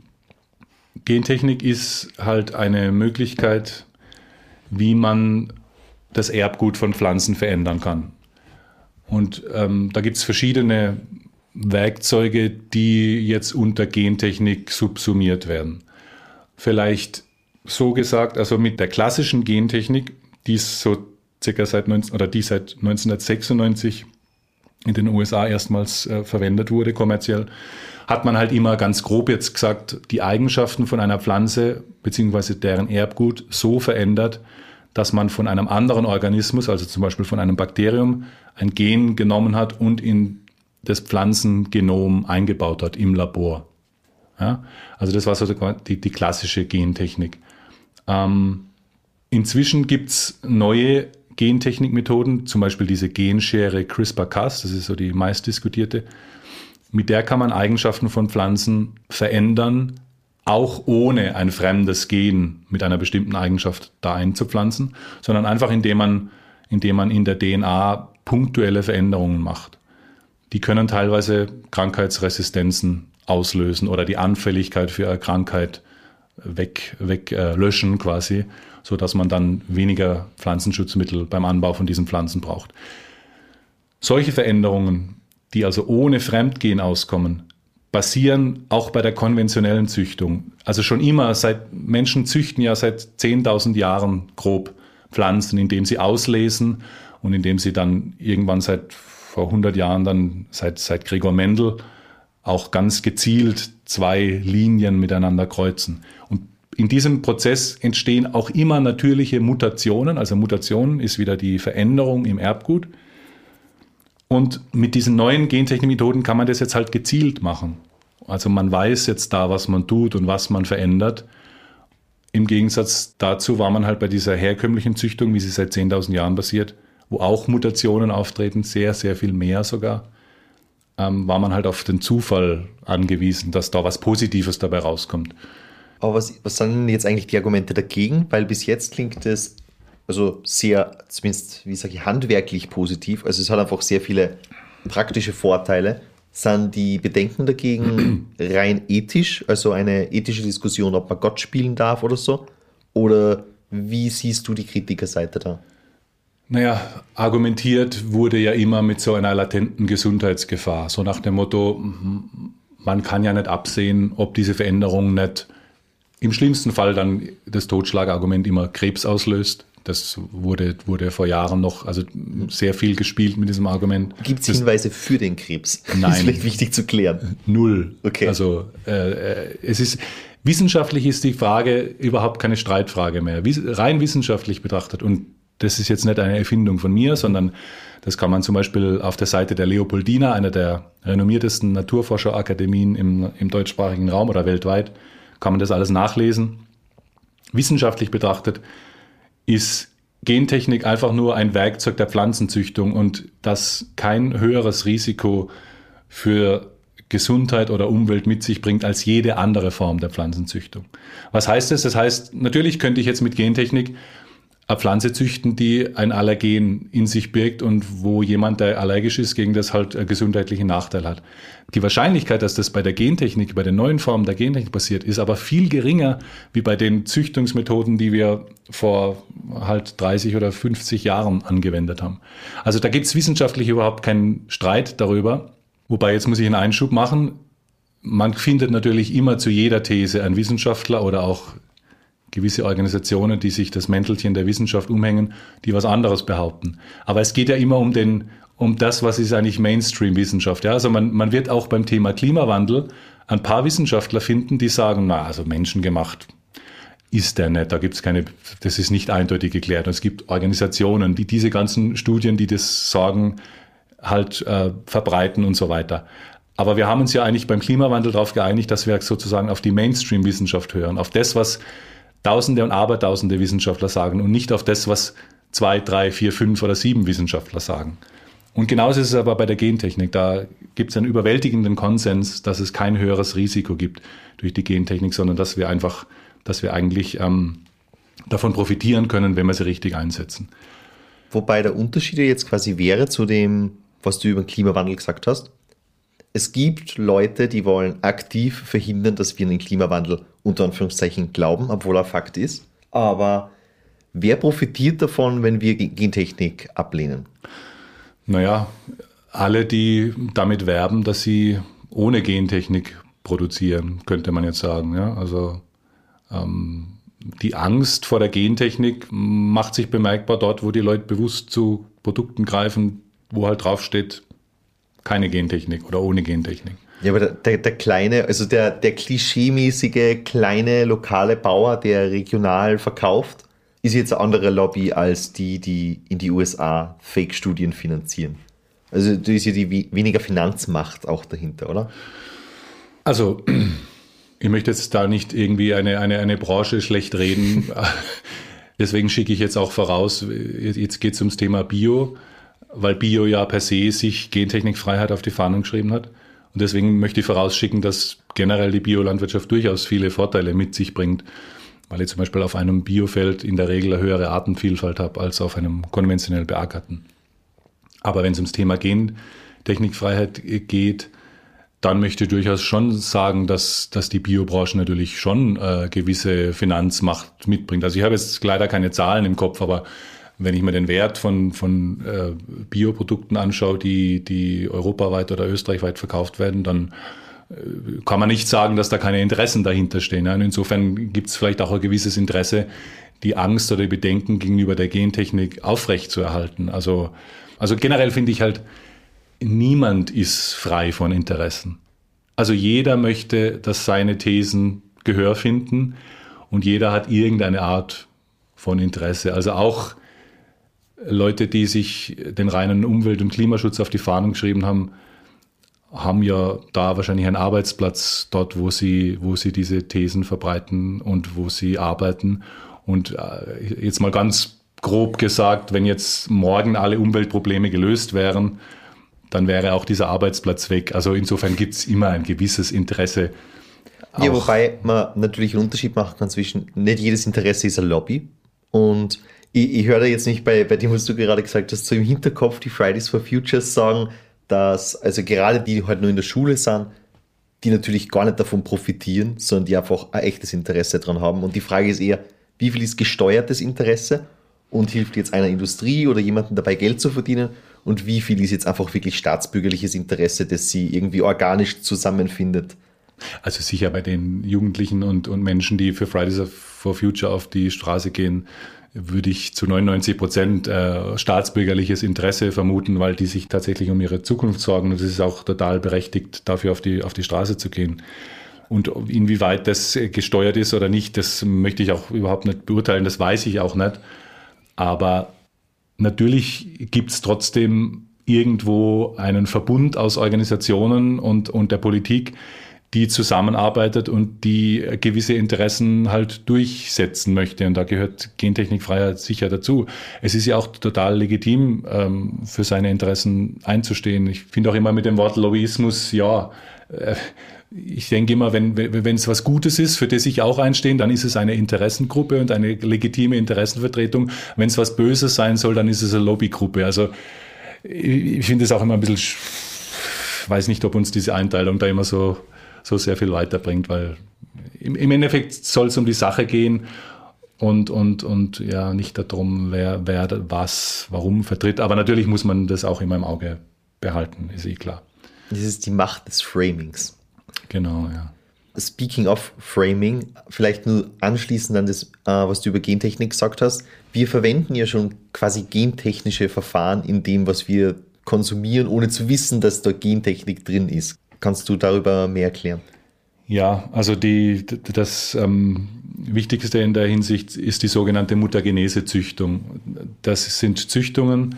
Gentechnik ist halt eine Möglichkeit, wie man das Erbgut von Pflanzen verändern kann. Und ähm, da gibt es verschiedene Werkzeuge, die jetzt unter Gentechnik subsumiert werden. Vielleicht so gesagt, also mit der klassischen Gentechnik, die es so circa seit neunzehn, oder die seit neunzehnhundertsechsundneunzig in den U S A erstmals äh, verwendet wurde, kommerziell, hat man halt immer ganz grob jetzt gesagt, die Eigenschaften von einer Pflanze bzw. deren Erbgut so verändert, dass man von einem anderen Organismus, also zum Beispiel von einem Bakterium, ein Gen genommen hat und in das Pflanzengenom eingebaut hat im Labor. Ja? Also das war so die, die klassische Gentechnik. Ähm, inzwischen gibt's neue Gentechnikmethoden, zum Beispiel diese Genschere CRISPR Cas, das ist so die meistdiskutierte. Mit der kann man Eigenschaften von Pflanzen verändern, auch ohne ein fremdes Gen mit einer bestimmten Eigenschaft da einzupflanzen, sondern einfach indem man, indem man in der D N A punktuelle Veränderungen macht. Die können teilweise Krankheitsresistenzen auslösen oder die Anfälligkeit für eine Krankheit weg, weg äh, löschen quasi, so dass man dann weniger Pflanzenschutzmittel beim Anbau von diesen Pflanzen braucht. Solche Veränderungen, die also ohne Fremdgen auskommen, basieren auch bei der konventionellen Züchtung. Also schon immer, seit Menschen züchten ja seit zehntausend Jahren grob Pflanzen, indem sie auslesen und indem sie dann irgendwann seit vor hundert Jahren, dann seit, seit Gregor Mendel, auch ganz gezielt zwei Linien miteinander kreuzen. Und in diesem Prozess entstehen auch immer natürliche Mutationen. Also Mutation ist wieder die Veränderung im Erbgut. Und mit diesen neuen Gentechnikmethoden kann man das jetzt halt gezielt machen. Also man weiß jetzt da, was man tut und was man verändert. Im Gegensatz dazu war man halt bei dieser herkömmlichen Züchtung, wie sie seit zehntausend Jahren passiert, wo auch Mutationen auftreten, sehr, sehr viel mehr sogar, ähm, war man halt auf den Zufall angewiesen, dass da was Positives dabei rauskommt. Aber was, was sind denn jetzt eigentlich die Argumente dagegen? Weil bis jetzt klingt es also sehr, zumindest, wie sage ich, handwerklich positiv. Also es hat einfach sehr viele praktische Vorteile. Sind die Bedenken dagegen rein ethisch, also eine ethische Diskussion, ob man Gott spielen darf oder so? Oder wie siehst du die Kritikerseite da? Naja, argumentiert wurde ja immer mit so einer latenten Gesundheitsgefahr. So nach dem Motto, man kann ja nicht absehen, ob diese Veränderung nicht im schlimmsten Fall dann das Totschlagargument immer Krebs auslöst. Das wurde, wurde vor Jahren noch also sehr viel gespielt mit diesem Argument. Gibt es Hinweise für den Krebs? Nein. Das ist vielleicht wichtig zu klären. Null. Okay. Also äh, es ist wissenschaftlich ist die Frage überhaupt keine Streitfrage mehr. Wies, rein wissenschaftlich betrachtet, und das ist jetzt nicht eine Erfindung von mir, sondern das kann man zum Beispiel auf der Seite der Leopoldina, einer der renommiertesten Naturforscherakademien im, im deutschsprachigen Raum oder weltweit, kann man das alles nachlesen. Wissenschaftlich betrachtet ist Gentechnik einfach nur ein Werkzeug der Pflanzenzüchtung und das kein höheres Risiko für Gesundheit oder Umwelt mit sich bringt als jede andere Form der Pflanzenzüchtung. Was heißt das? Das heißt, natürlich könnte ich jetzt mit Gentechnik eine Pflanze züchten, die ein Allergen in sich birgt und wo jemand, der allergisch ist, gegen das halt einen gesundheitlichen Nachteil hat. Die Wahrscheinlichkeit, dass das bei der Gentechnik, bei den neuen Formen der Gentechnik passiert, ist aber viel geringer wie bei den Züchtungsmethoden, die wir vor halt dreißig oder fünfzig Jahren angewendet haben. Also da gibt es wissenschaftlich überhaupt keinen Streit darüber. Wobei, jetzt muss ich einen Einschub machen. Man findet natürlich immer zu jeder These einen Wissenschaftler oder auch gewisse Organisationen, die sich das Mäntelchen der Wissenschaft umhängen, die was anderes behaupten. Aber es geht ja immer um den, um das, was ist eigentlich Mainstream-Wissenschaft. Ja, also man, man wird auch beim Thema Klimawandel ein paar Wissenschaftler finden, die sagen, na, also menschengemacht ist der nicht. Da gibt's keine, das ist nicht eindeutig geklärt. Und es gibt Organisationen, die diese ganzen Studien, die das sagen, halt äh, verbreiten und so weiter. Aber wir haben uns ja eigentlich beim Klimawandel darauf geeinigt, dass wir sozusagen auf die Mainstream-Wissenschaft hören, auf das, was Tausende und Abertausende Wissenschaftler sagen und nicht auf das, was zwei, drei, vier, fünf oder sieben Wissenschaftler sagen. Und genauso ist es aber bei der Gentechnik. Da gibt es einen überwältigenden Konsens, dass es kein höheres Risiko gibt durch die Gentechnik, sondern dass wir einfach, dass wir eigentlich ähm, davon profitieren können, wenn wir sie richtig einsetzen. Wobei der Unterschied jetzt quasi wäre zu dem, was du über den Klimawandel gesagt hast. Es gibt Leute, die wollen aktiv verhindern, dass wir an den Klimawandel unter Anführungszeichen glauben, obwohl er Fakt ist. Aber wer profitiert davon, wenn wir Gentechnik ablehnen? Naja, alle, die damit werben, dass sie ohne Gentechnik produzieren, könnte man jetzt sagen. Ja? Also ähm, die Angst vor der Gentechnik macht sich bemerkbar dort, wo die Leute bewusst zu Produkten greifen, wo halt draufsteht, keine Gentechnik oder ohne Gentechnik. Ja, aber der, der, der kleine, also der, der klischeemäßige kleine lokale Bauer, der regional verkauft, ist jetzt eine andere Lobby als die, die in die U S A Fake-Studien finanzieren. Also da ist ja die weniger Finanzmacht auch dahinter, oder? Also ich möchte jetzt da nicht irgendwie eine, eine, eine Branche schlecht reden. Deswegen schicke ich jetzt auch voraus, jetzt geht es ums Thema Bio, weil Bio ja per se sich Gentechnikfreiheit auf die Fahnen geschrieben hat. Und deswegen möchte ich vorausschicken, dass generell die Biolandwirtschaft durchaus viele Vorteile mit sich bringt, weil ich zum Beispiel auf einem Biofeld in der Regel eine höhere Artenvielfalt habe als auf einem konventionell beackerten. Aber wenn es ums Thema Gentechnikfreiheit geht, dann möchte ich durchaus schon sagen, dass, dass die Biobranche natürlich schon äh, gewisse Finanzmacht mitbringt. Also ich habe jetzt leider keine Zahlen im Kopf, aber wenn ich mir den Wert von, von äh, Bioprodukten anschaue, die, die europaweit oder österreichweit verkauft werden, dann äh, kann man nicht sagen, dass da keine Interessen dahinter stehen. Ja? Und insofern gibt es vielleicht auch ein gewisses Interesse, die Angst oder die Bedenken gegenüber der Gentechnik aufrechtzuerhalten. Also, also generell finde ich halt, niemand ist frei von Interessen. Also jeder möchte, dass seine Thesen Gehör finden und jeder hat irgendeine Art von Interesse. Also auch Leute, die sich den reinen Umwelt- und Klimaschutz auf die Fahnen geschrieben haben, haben ja da wahrscheinlich einen Arbeitsplatz dort, wo sie, wo sie diese Thesen verbreiten und wo sie arbeiten. Und jetzt mal ganz grob gesagt, wenn jetzt morgen alle Umweltprobleme gelöst wären, dann wäre auch dieser Arbeitsplatz weg. Also insofern gibt es immer ein gewisses Interesse. Ja, wobei man natürlich einen Unterschied machen kann zwischen, nicht jedes Interesse ist ein Lobby und Ich, ich höre da jetzt nicht bei, bei dem, was du gerade gesagt hast, so im Hinterkopf die Fridays for Futures sagen, dass, also gerade die, die halt nur in der Schule sind, die natürlich gar nicht davon profitieren, sondern die einfach ein echtes Interesse daran haben. Und die Frage ist eher, wie viel ist gesteuertes Interesse und hilft jetzt einer Industrie oder jemandem dabei, Geld zu verdienen? Und wie viel ist jetzt einfach wirklich staatsbürgerliches Interesse, das sie irgendwie organisch zusammenfindet? Also sicher bei den Jugendlichen und, und Menschen, die für Fridays for Future auf die Straße gehen, würde ich zu neunundneunzig Prozent äh, staatsbürgerliches Interesse vermuten, weil die sich tatsächlich um ihre Zukunft sorgen. Und es ist auch total berechtigt, dafür auf die, auf die Straße zu gehen. Und inwieweit das gesteuert ist oder nicht, das möchte ich auch überhaupt nicht beurteilen, das weiß ich auch nicht. Aber natürlich gibt es trotzdem irgendwo einen Verbund aus Organisationen und, und der Politik, die zusammenarbeitet und die gewisse Interessen halt durchsetzen möchte. Und da gehört Gentechnikfreiheit sicher dazu. Es ist ja auch total legitim, ähm, für seine Interessen einzustehen. Ich finde auch immer mit dem Wort Lobbyismus, ja, äh, ich denke immer, wenn wenn es was Gutes ist, für das ich auch einstehe, dann ist es eine Interessengruppe und eine legitime Interessenvertretung. Wenn es was Böses sein soll, dann ist es eine Lobbygruppe. Also ich, ich finde es auch immer ein bisschen, ich weiß nicht, ob uns diese Einteilung da immer so so sehr viel weiterbringt, weil im, im Endeffekt soll es um die Sache gehen und, und, und ja nicht darum, wer, wer was, warum vertritt. Aber natürlich muss man das auch immer im Auge behalten, ist eh klar. Das ist die Macht des Framings. Genau, ja. Speaking of Framing, vielleicht nur anschließend an das, was du über Gentechnik gesagt hast. Wir verwenden ja schon quasi gentechnische Verfahren in dem, was wir konsumieren, ohne zu wissen, dass da Gentechnik drin ist. Kannst du darüber mehr erklären? Ja, also die, das ähm, Wichtigste in der Hinsicht ist die sogenannte Mutagenese-Züchtung. Das sind Züchtungen,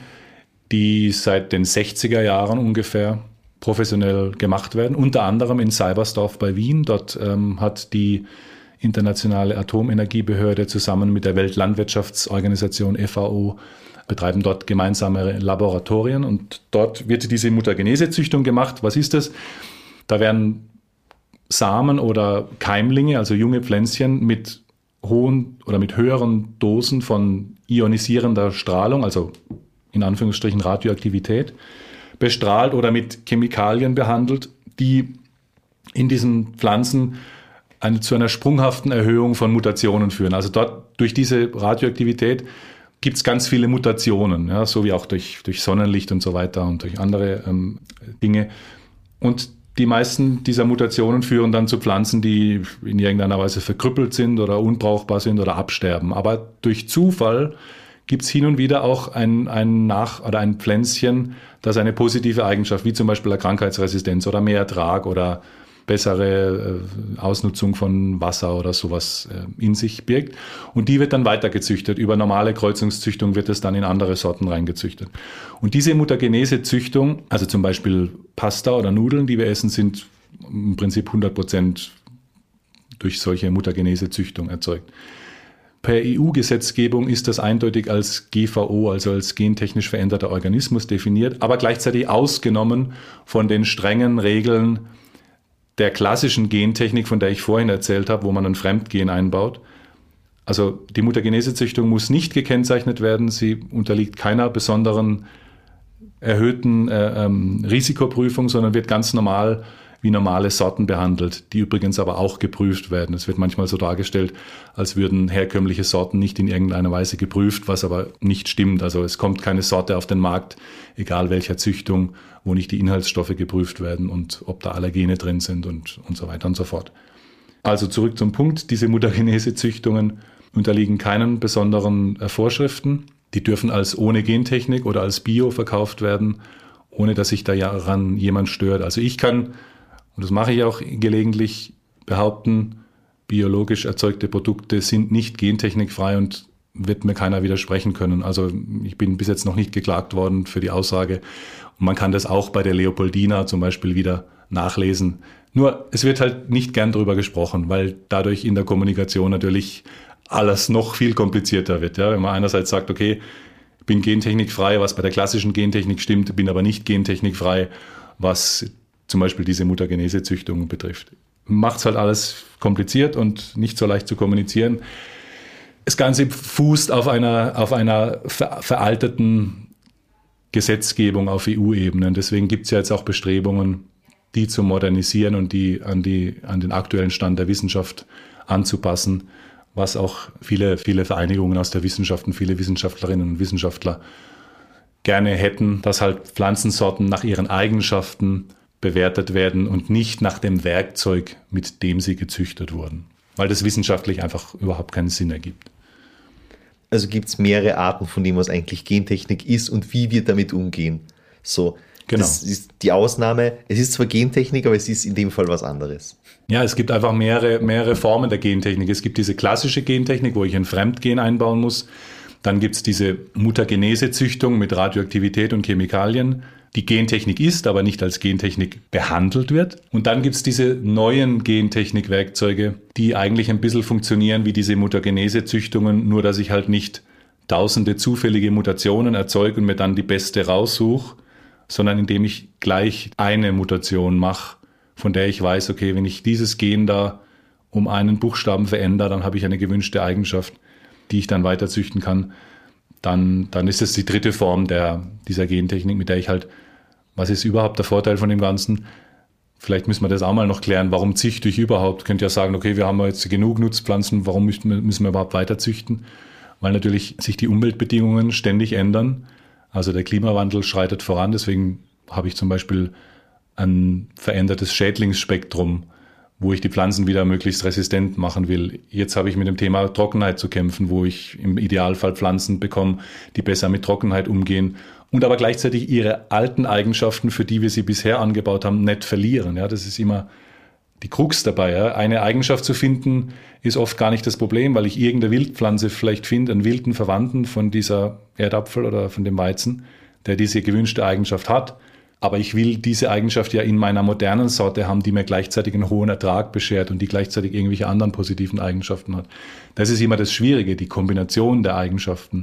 die seit den sechziger Jahren ungefähr professionell gemacht werden, unter anderem in Seibersdorf bei Wien. Dort ähm, hat die Internationale Atomenergiebehörde zusammen mit der Weltlandwirtschaftsorganisation F A O betreiben dort gemeinsame Laboratorien und dort wird diese Mutagenese-Züchtung gemacht. Was ist das? Da werden Samen oder Keimlinge, also junge Pflänzchen mit hohen oder mit höheren Dosen von ionisierender Strahlung, also in Anführungsstrichen Radioaktivität, bestrahlt oder mit Chemikalien behandelt, die in diesen Pflanzen eine, zu einer sprunghaften Erhöhung von Mutationen führen. Also dort durch diese Radioaktivität gibt es ganz viele Mutationen, ja, so wie auch durch, durch Sonnenlicht und so weiter und durch andere ähm, Dinge. Und die meisten dieser Mutationen führen dann zu Pflanzen, die in irgendeiner Weise verkrüppelt sind oder unbrauchbar sind oder absterben. Aber durch Zufall gibt es hin und wieder auch ein, ein Nach- oder ein Pflänzchen, das eine positive Eigenschaft, wie zum Beispiel eine Krankheitsresistenz oder mehr Ertrag oder bessere äh, Ausnutzung von Wasser oder sowas äh, in sich birgt. Und die wird dann weitergezüchtet. Über normale Kreuzungszüchtung wird es dann in andere Sorten reingezüchtet. Und diese Mutagenese-Züchtung, also zum Beispiel Pasta oder Nudeln, die wir essen, sind im Prinzip hundert Prozent durch solche Mutagenese-Züchtung erzeugt. Per E U-Gesetzgebung ist das eindeutig als G V O, also als gentechnisch veränderter Organismus definiert, aber gleichzeitig ausgenommen von den strengen Regeln der klassischen Gentechnik, von der ich vorhin erzählt habe, wo man ein Fremdgen einbaut. Also die Mutagenese-Züchtung muss nicht gekennzeichnet werden, sie unterliegt keiner besonderen erhöhten äh, ähm, Risikoprüfung, sondern wird ganz normal wie normale Sorten behandelt, die übrigens aber auch geprüft werden. Es wird manchmal so dargestellt, als würden herkömmliche Sorten nicht in irgendeiner Weise geprüft, was aber nicht stimmt. Also es kommt keine Sorte auf den Markt, egal welcher Züchtung, wo nicht die Inhaltsstoffe geprüft werden und ob da Allergene drin sind und, und so weiter und so fort. Also zurück zum Punkt, diese Mutagenese-Züchtungen unterliegen keinen besonderen äh, Vorschriften. Die dürfen als ohne Gentechnik oder als Bio verkauft werden, ohne dass sich daran jemand stört. Also ich kann, und das mache ich auch gelegentlich, behaupten, biologisch erzeugte Produkte sind nicht gentechnikfrei und wird mir keiner widersprechen können. Also ich bin bis jetzt noch nicht geklagt worden für die Aussage. Und man kann das auch bei der Leopoldina zum Beispiel wieder nachlesen. Nur es wird halt nicht gern drüber gesprochen, weil dadurch in der Kommunikation natürlich alles noch viel komplizierter wird. Ja? Wenn man einerseits sagt, okay, ich bin gentechnikfrei, was bei der klassischen Gentechnik stimmt, bin aber nicht gentechnikfrei, was zum Beispiel diese Mutagenese-Züchtung betrifft. Macht es halt alles kompliziert und nicht so leicht zu kommunizieren. Das Ganze fußt auf einer, auf einer ver- veralteten Gesetzgebung auf E U-Ebene. Deswegen gibt es ja jetzt auch Bestrebungen, die zu modernisieren und die an, die an den aktuellen Stand der Wissenschaft anzupassen, was auch viele, viele Vereinigungen aus der Wissenschaft und viele Wissenschaftlerinnen und Wissenschaftler gerne hätten, dass halt Pflanzensorten nach ihren Eigenschaften bewertet werden und nicht nach dem Werkzeug, mit dem sie gezüchtet wurden, weil das wissenschaftlich einfach überhaupt keinen Sinn ergibt. Also gibt es mehrere Arten von dem, was eigentlich Gentechnik ist und wie wir damit umgehen. So, genau. Das ist die Ausnahme. Es ist zwar Gentechnik, aber es ist in dem Fall was anderes. Ja, es gibt einfach mehrere, mehrere Formen der Gentechnik. Es gibt diese klassische Gentechnik, wo ich ein Fremdgen einbauen muss. Dann gibt es diese Mutagenese-Züchtung mit Radioaktivität und Chemikalien, die Gentechnik ist, aber nicht als Gentechnik behandelt wird. Und dann gibt es diese neuen Gentechnik-Werkzeuge, die eigentlich ein bisschen funktionieren wie diese Mutagenese-Züchtungen, nur dass ich halt nicht tausende zufällige Mutationen erzeuge und mir dann die beste raussuche, sondern indem ich gleich eine Mutation mache, von der ich weiß, okay, wenn ich dieses Gen da um einen Buchstaben verändere, dann habe ich eine gewünschte Eigenschaft, die ich dann weiter züchten kann. Dann, dann ist es die dritte Form der, dieser Gentechnik, mit der ich halt, was ist überhaupt der Vorteil von dem Ganzen? Vielleicht müssen wir das auch mal noch klären. Warum züchte ich überhaupt? Könnt ihr ja sagen, okay, wir haben jetzt genug Nutzpflanzen, warum müssen wir, müssen wir überhaupt weiter züchten? Weil natürlich sich die Umweltbedingungen ständig ändern. Also der Klimawandel schreitet voran, deswegen habe ich zum Beispiel ein verändertes Schädlingsspektrum, wo ich die Pflanzen wieder möglichst resistent machen will. Jetzt habe ich mit dem Thema Trockenheit zu kämpfen, wo ich im Idealfall Pflanzen bekomme, die besser mit Trockenheit umgehen und aber gleichzeitig ihre alten Eigenschaften, für die wir sie bisher angebaut haben, nicht verlieren. Ja, das ist immer die Krux dabei. Ja. Eine Eigenschaft zu finden, ist oft gar nicht das Problem, weil ich irgendeine Wildpflanze vielleicht finde, einen wilden Verwandten von dieser Erdapfel oder von dem Weizen, der diese gewünschte Eigenschaft hat. Aber ich will diese Eigenschaft ja in meiner modernen Sorte haben, die mir gleichzeitig einen hohen Ertrag beschert und die gleichzeitig irgendwelche anderen positiven Eigenschaften hat. Das ist immer das Schwierige, die Kombination der Eigenschaften.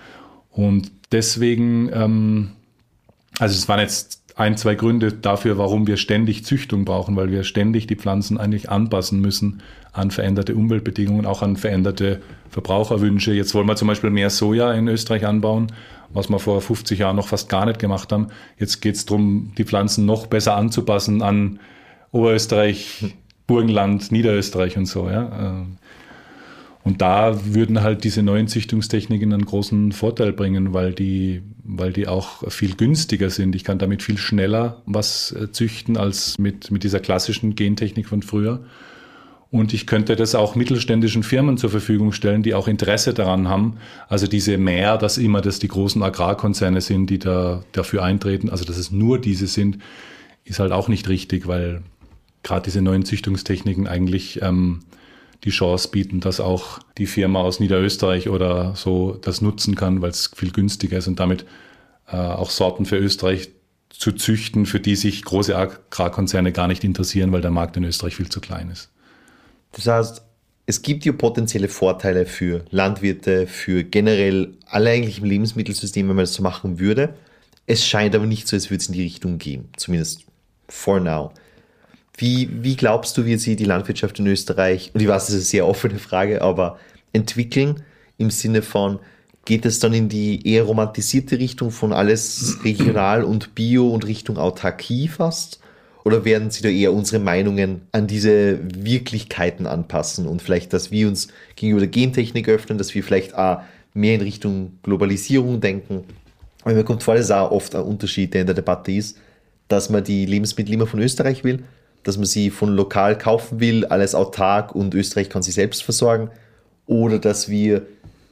Und deswegen, ähm, also es waren jetzt ein, zwei Gründe dafür, warum wir ständig Züchtung brauchen, weil wir ständig die Pflanzen eigentlich anpassen müssen an veränderte Umweltbedingungen, auch an veränderte Verbraucherwünsche. Jetzt wollen wir zum Beispiel mehr Soja in Österreich anbauen, was wir vor fünfzig Jahren noch fast gar nicht gemacht haben. Jetzt geht es darum, die Pflanzen noch besser anzupassen an Oberösterreich, Burgenland, Niederösterreich und so. Ja. Und da würden halt diese neuen Züchtungstechniken einen großen Vorteil bringen, weil die, weil die auch viel günstiger sind. Ich kann damit viel schneller was züchten als mit, mit dieser klassischen Gentechnik von früher. Und ich könnte das auch mittelständischen Firmen zur Verfügung stellen, die auch Interesse daran haben. Also diese mehr, dass immer das die großen Agrarkonzerne sind, die da dafür eintreten, also dass es nur diese sind, ist halt auch nicht richtig, weil gerade diese neuen Züchtungstechniken eigentlich ähm, die Chance bieten, dass auch die Firma aus Niederösterreich oder so das nutzen kann, weil es viel günstiger ist und damit äh, auch Sorten für Österreich zu züchten, für die sich große Agrarkonzerne gar nicht interessieren, weil der Markt in Österreich viel zu klein ist. Das heißt, es gibt ja potenzielle Vorteile für Landwirte, für generell alle eigentlich im Lebensmittelsystem, wenn man das so machen würde. Es scheint aber nicht so, als würde es in die Richtung gehen, zumindest for now. Wie, wie glaubst du, wird sich die Landwirtschaft in Österreich, und ich weiß, das ist eine sehr offene Frage, aber entwickeln im Sinne von, geht es dann in die eher romantisierte Richtung von alles regional und bio und Richtung Autarkie fast? Oder werden sie da eher unsere Meinungen an diese Wirklichkeiten anpassen und vielleicht, dass wir uns gegenüber der Gentechnik öffnen, dass wir vielleicht auch mehr in Richtung Globalisierung denken? Weil mir kommt vor, das ist auch oft ein Unterschied, der in der Debatte ist, dass man die Lebensmittel immer von Österreich will, dass man sie von lokal kaufen will, alles autark und Österreich kann sich selbst versorgen, oder dass wir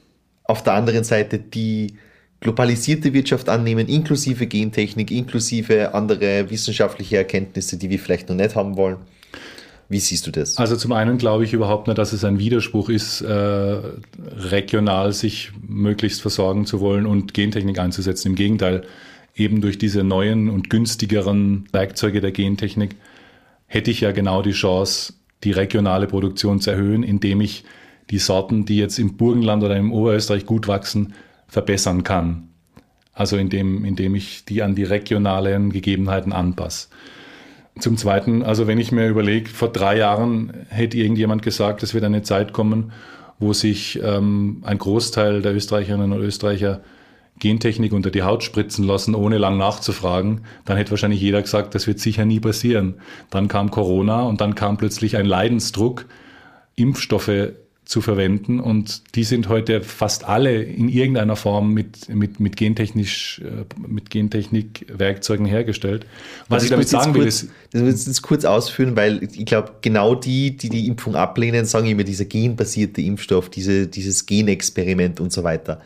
auf der anderen Seite die globalisierte Wirtschaft annehmen, inklusive Gentechnik, inklusive andere wissenschaftliche Erkenntnisse, die wir vielleicht noch nicht haben wollen. Wie siehst du das? Also zum einen glaube ich überhaupt nicht, dass es ein Widerspruch ist, äh, regional sich möglichst versorgen zu wollen und Gentechnik einzusetzen. Im Gegenteil, eben durch diese neuen und günstigeren Werkzeuge der Gentechnik hätte ich ja genau die Chance, die regionale Produktion zu erhöhen, indem ich die Sorten, die jetzt im Burgenland oder im Oberösterreich gut wachsen, verbessern kann. Also indem, indem ich die an die regionalen Gegebenheiten anpasse. Zum Zweiten, also wenn ich mir überlege, vor drei Jahren hätte irgendjemand gesagt, es wird eine Zeit kommen, wo sich ähm, ein Großteil der Österreicherinnen und Österreicher Gentechnik unter die Haut spritzen lassen, ohne lang nachzufragen, dann hätte wahrscheinlich jeder gesagt, das wird sicher nie passieren. Dann kam Corona und dann kam plötzlich ein Leidensdruck, Impfstoffe zu verwenden, und die sind heute fast alle in irgendeiner Form mit, mit, mit, gentechnisch, mit Gentechnik-Werkzeugen hergestellt. Was ich damit sagen will, ist... Das muss ich jetzt kurz ausführen, weil ich glaube, genau die, die die Impfung ablehnen, sagen immer, dieser genbasierte Impfstoff, diese, dieses Genexperiment und so weiter.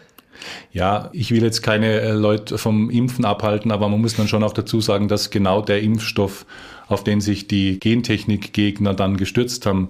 Ja, ich will jetzt keine Leute vom Impfen abhalten, aber man muss dann schon auch dazu sagen, dass genau der Impfstoff, auf den sich die Gentechnik-Gegner dann gestürzt haben,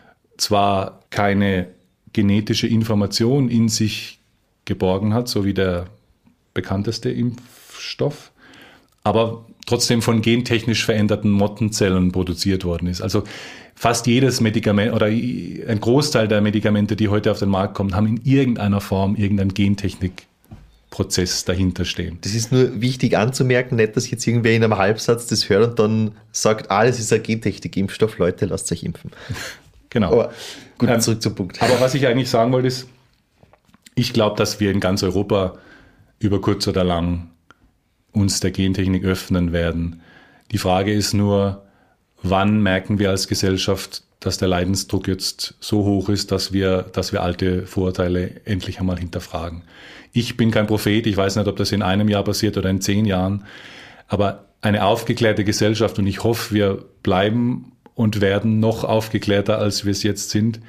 zwar keine genetische Information in sich geborgen hat, so wie der bekannteste Impfstoff, aber trotzdem von gentechnisch veränderten Mottenzellen produziert worden ist. Also fast jedes Medikament oder ein Großteil der Medikamente, die heute auf den Markt kommen, haben in irgendeiner Form irgendeinen Gentechnikprozess dahinter stehen. Das ist nur wichtig anzumerken, nicht, dass jetzt irgendwer in einem Halbsatz das hört und dann sagt, ah, das ist ein Gentechnik-Impfstoff, Leute, lasst euch impfen. Genau. Aber gut, ähm, zurück zum Punkt. Aber was ich eigentlich sagen wollte ist, ich glaube, dass wir in ganz Europa über kurz oder lang uns der Gentechnik öffnen werden. Die Frage ist nur, wann merken wir als Gesellschaft, dass der Leidensdruck jetzt so hoch ist, dass wir, dass wir alte Vorurteile endlich einmal hinterfragen. Ich bin kein Prophet, ich weiß nicht, ob das in einem Jahr passiert oder in zehn Jahren, aber eine aufgeklärte Gesellschaft, und ich hoffe, wir bleiben und werden noch aufgeklärter, als wir es jetzt sind,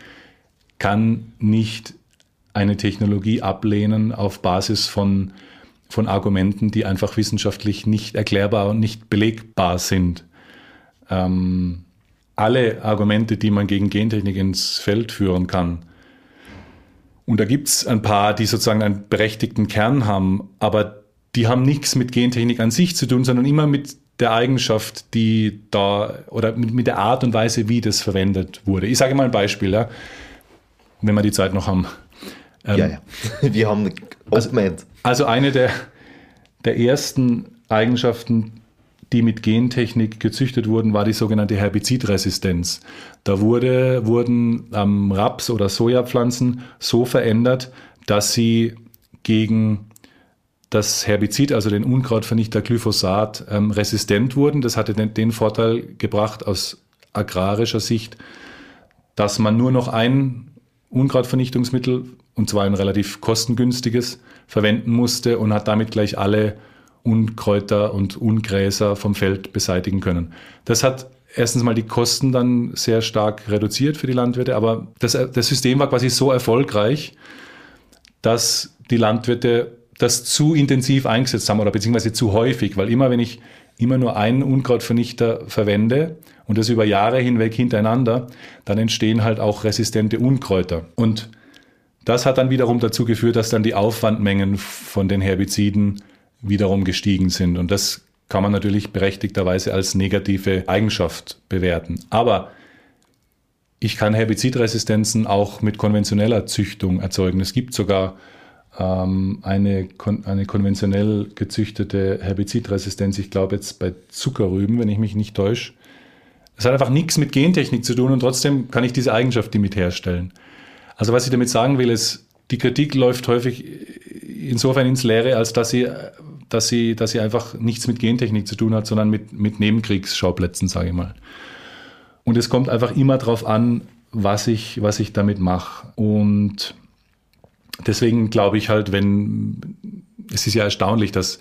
kann nicht eine Technologie ablehnen auf Basis von, von Argumenten, die einfach wissenschaftlich nicht erklärbar und nicht belegbar sind. Ähm, alle Argumente, die man gegen Gentechnik ins Feld führen kann, und da gibt es ein paar, die sozusagen einen berechtigten Kern haben, aber die haben nichts mit Gentechnik an sich zu tun, sondern immer mit der Eigenschaft, die da, oder mit, mit der Art und Weise, wie das verwendet wurde. Ich sage mal ein Beispiel, ja, wenn wir die Zeit noch haben. Ähm, ja, ja. Wir haben also, also eine der, der ersten Eigenschaften, die mit Gentechnik gezüchtet wurden, war die sogenannte Herbizidresistenz. Da wurde, wurden ähm, Raps- oder Sojapflanzen so verändert, dass sie gegen das Herbizid, also den Unkrautvernichter Glyphosat, ähm, resistent wurden. Das hatte den, den Vorteil gebracht aus agrarischer Sicht, dass man nur noch ein Unkrautvernichtungsmittel, und zwar ein relativ kostengünstiges, verwenden musste und hat damit gleich alle Unkräuter und Ungräser vom Feld beseitigen können. Das hat erstens mal die Kosten dann sehr stark reduziert für die Landwirte, aber das, das System war quasi so erfolgreich, dass die Landwirte das zu intensiv eingesetzt haben oder beziehungsweise zu häufig, weil immer wenn ich immer nur einen Unkrautvernichter verwende und das über Jahre hinweg hintereinander, dann entstehen halt auch resistente Unkräuter. Und das hat dann wiederum dazu geführt, dass dann die Aufwandmengen von den Herbiziden wiederum gestiegen sind. Und das kann man natürlich berechtigterweise als negative Eigenschaft bewerten. Aber ich kann Herbizidresistenzen auch mit konventioneller Züchtung erzeugen. Es gibt sogar ähm, eine, eine konventionell gezüchtete Herbizidresistenz, ich glaube jetzt bei Zuckerrüben, wenn ich mich nicht täusche. Es hat einfach nichts mit Gentechnik zu tun und trotzdem kann ich diese Eigenschaft damit herstellen. Also was ich damit sagen will, ist, die Kritik läuft häufig insofern ins Leere, als dass sie, dass sie, dass sie einfach nichts mit Gentechnik zu tun hat, sondern mit, mit Nebenkriegsschauplätzen, sage ich mal. Und es kommt einfach immer darauf an, was ich, was ich damit mache. Und deswegen glaube ich halt, wenn, es ist ja erstaunlich, dass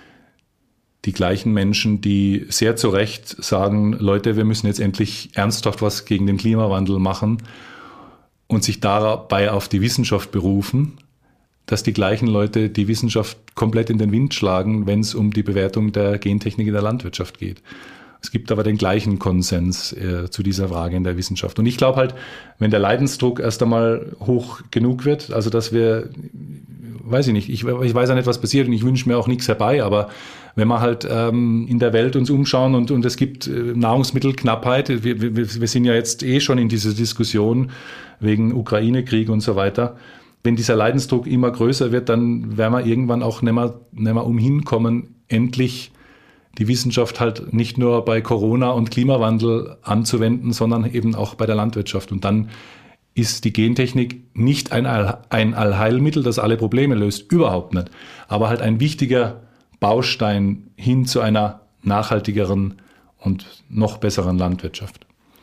die gleichen Menschen, die sehr zu Recht sagen, Leute, wir müssen jetzt endlich ernsthaft was gegen den Klimawandel machen und sich dabei auf die Wissenschaft berufen, dass die gleichen Leute die Wissenschaft komplett in den Wind schlagen, wenn es um die Bewertung der Gentechnik in der Landwirtschaft geht. Es gibt aber den gleichen Konsens äh, zu dieser Frage in der Wissenschaft. Und ich glaube halt, wenn der Leidensdruck erst einmal hoch genug wird, also dass wir, weiß ich nicht, ich, ich weiß ja nicht, was passiert und ich wünsche mir auch nichts herbei, aber wenn wir halt ähm, in der Welt uns umschauen und, und es gibt äh, Nahrungsmittelknappheit, wir, wir, wir sind ja jetzt eh schon in dieser Diskussion wegen Ukraine-Krieg und so weiter. Wenn dieser Leidensdruck immer größer wird, dann werden wir irgendwann auch nicht mehr, nicht mehr umhin kommen, endlich die Wissenschaft halt nicht nur bei Corona und Klimawandel anzuwenden, sondern eben auch bei der Landwirtschaft. Und dann ist die Gentechnik nicht ein, All, ein Allheilmittel, das alle Probleme löst, überhaupt nicht. Aber halt ein wichtiger Baustein hin zu einer nachhaltigeren und noch besseren Landwirtschaft.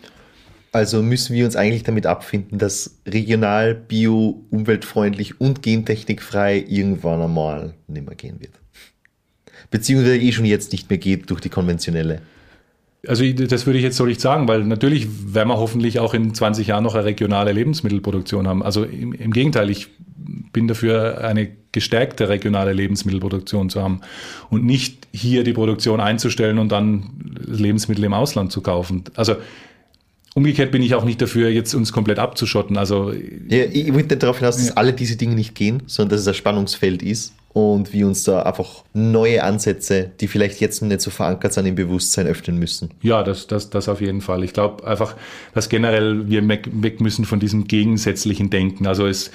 Also müssen wir uns eigentlich damit abfinden, dass regional, bio, umweltfreundlich und gentechnikfrei irgendwann einmal nicht mehr gehen wird. Beziehungsweise eh schon jetzt nicht mehr geht durch die konventionelle. Also das würde ich jetzt so nicht sagen, weil natürlich werden wir hoffentlich auch in zwanzig Jahren noch eine regionale Lebensmittelproduktion haben. Also im, im Gegenteil, ich bin dafür, eine gestärkte regionale Lebensmittelproduktion zu haben und nicht hier die Produktion einzustellen und dann Lebensmittel im Ausland zu kaufen. Also umgekehrt bin ich auch nicht dafür, jetzt uns komplett abzuschotten. Also ja, ich will nicht darauf hinaus, dass ja. alle diese Dinge nicht gehen, sondern dass es ein Spannungsfeld ist und wir uns da einfach neue Ansätze, die vielleicht jetzt noch nicht so verankert sind im Bewusstsein, öffnen müssen. Ja, das, das, das auf jeden Fall. Ich glaube einfach, dass generell wir weg müssen von diesem gegensätzlichen Denken. Also es,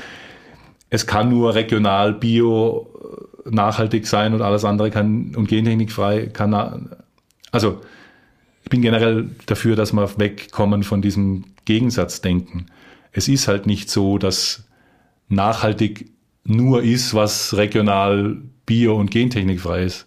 es kann nur regional, bio, nachhaltig sein und alles andere kann und gentechnikfrei kann. Also ich bin generell dafür, dass wir wegkommen von diesem Gegensatzdenken. Es ist halt nicht so, dass nachhaltig nur ist, was regional, bio- und gentechnikfrei ist,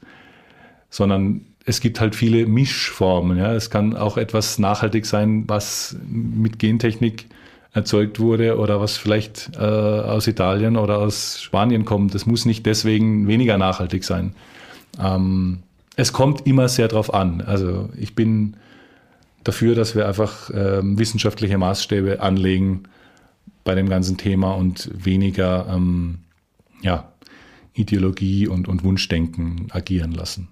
sondern es gibt halt viele Mischformen. Ja. Es kann auch etwas nachhaltig sein, was mit Gentechnik erzeugt wurde oder was vielleicht äh, aus Italien oder aus Spanien kommt. Das muss nicht deswegen weniger nachhaltig sein. Ähm, Es kommt immer sehr drauf an. Also ich bin dafür, dass wir einfach ähm, wissenschaftliche Maßstäbe anlegen bei dem ganzen Thema und weniger ähm, ja, Ideologie und, und Wunschdenken agieren lassen.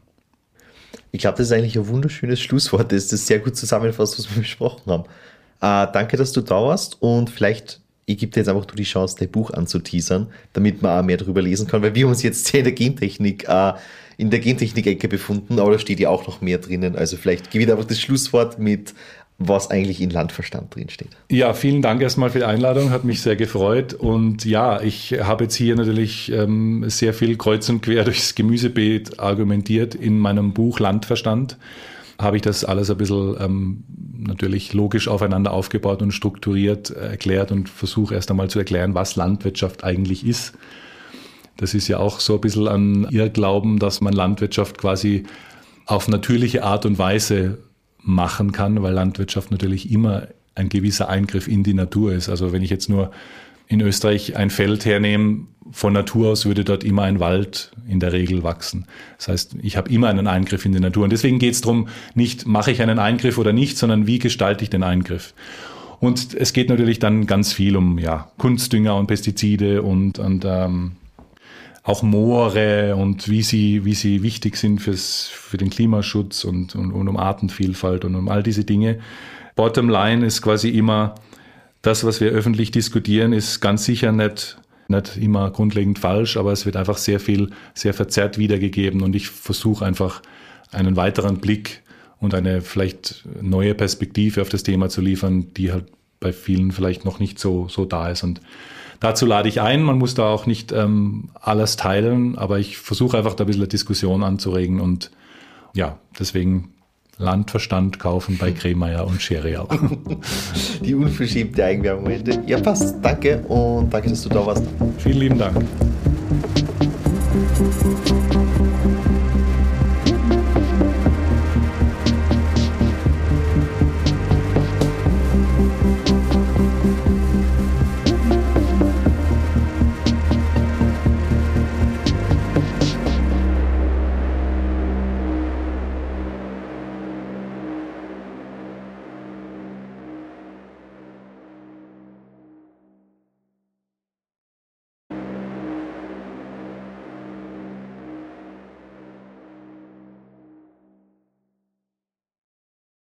Ich glaube, das ist eigentlich ein wunderschönes Schlusswort, das das sehr gut zusammenfasst, was wir besprochen haben. Äh, danke, dass du da warst und vielleicht ich gebe dir jetzt einfach nur die Chance, dein Buch anzuteasern, damit man auch mehr darüber lesen kann, weil wir uns jetzt sehr in der Gentechnik, äh, in der Gentechnik-Ecke befunden, aber da steht ja auch noch mehr drinnen. Also vielleicht gebe ich einfach das Schlusswort mit, was eigentlich in Landverstand drinsteht. Ja, vielen Dank erstmal für die Einladung, hat mich sehr gefreut. Und ja, ich habe jetzt hier natürlich ähm, sehr viel kreuz und quer durchs Gemüsebeet argumentiert in meinem Buch Landverstand. Habe ich das alles ein bisschen ähm, natürlich logisch aufeinander aufgebaut und strukturiert erklärt und versuche erst einmal zu erklären, was Landwirtschaft eigentlich ist. Das ist ja auch so ein bisschen ein Irrglauben, dass man Landwirtschaft quasi auf natürliche Art und Weise machen kann, weil Landwirtschaft natürlich immer ein gewisser Eingriff in die Natur ist. Also wenn ich jetzt nur in Österreich ein Feld hernehmen, von Natur aus würde dort immer ein Wald in der Regel wachsen. Das heißt, ich habe immer einen Eingriff in die Natur. Und deswegen geht es darum, nicht mache ich einen Eingriff oder nicht, sondern wie gestalte ich den Eingriff. Und es geht natürlich dann ganz viel um ja, Kunstdünger und Pestizide und, und ähm, auch Moore und wie sie, wie sie wichtig sind fürs, für den Klimaschutz und, und, und um Artenvielfalt und um all diese Dinge. Bottom line ist quasi immer, das, was wir öffentlich diskutieren, ist ganz sicher nicht, nicht immer grundlegend falsch, aber es wird einfach sehr viel, sehr verzerrt wiedergegeben und ich versuche einfach einen weiteren Blick und eine vielleicht neue Perspektive auf das Thema zu liefern, die halt bei vielen vielleicht noch nicht so, so da ist. Und dazu lade ich ein, man muss da auch nicht ähm, alles teilen, aber ich versuche einfach da ein bisschen eine Diskussion anzuregen und ja, deswegen Landverstand kaufen bei Kremeyer und Scheriau. Die unverschiebte Eigenwerbung heute. Ja, passt. Danke und danke, dass du da warst. Vielen lieben Dank.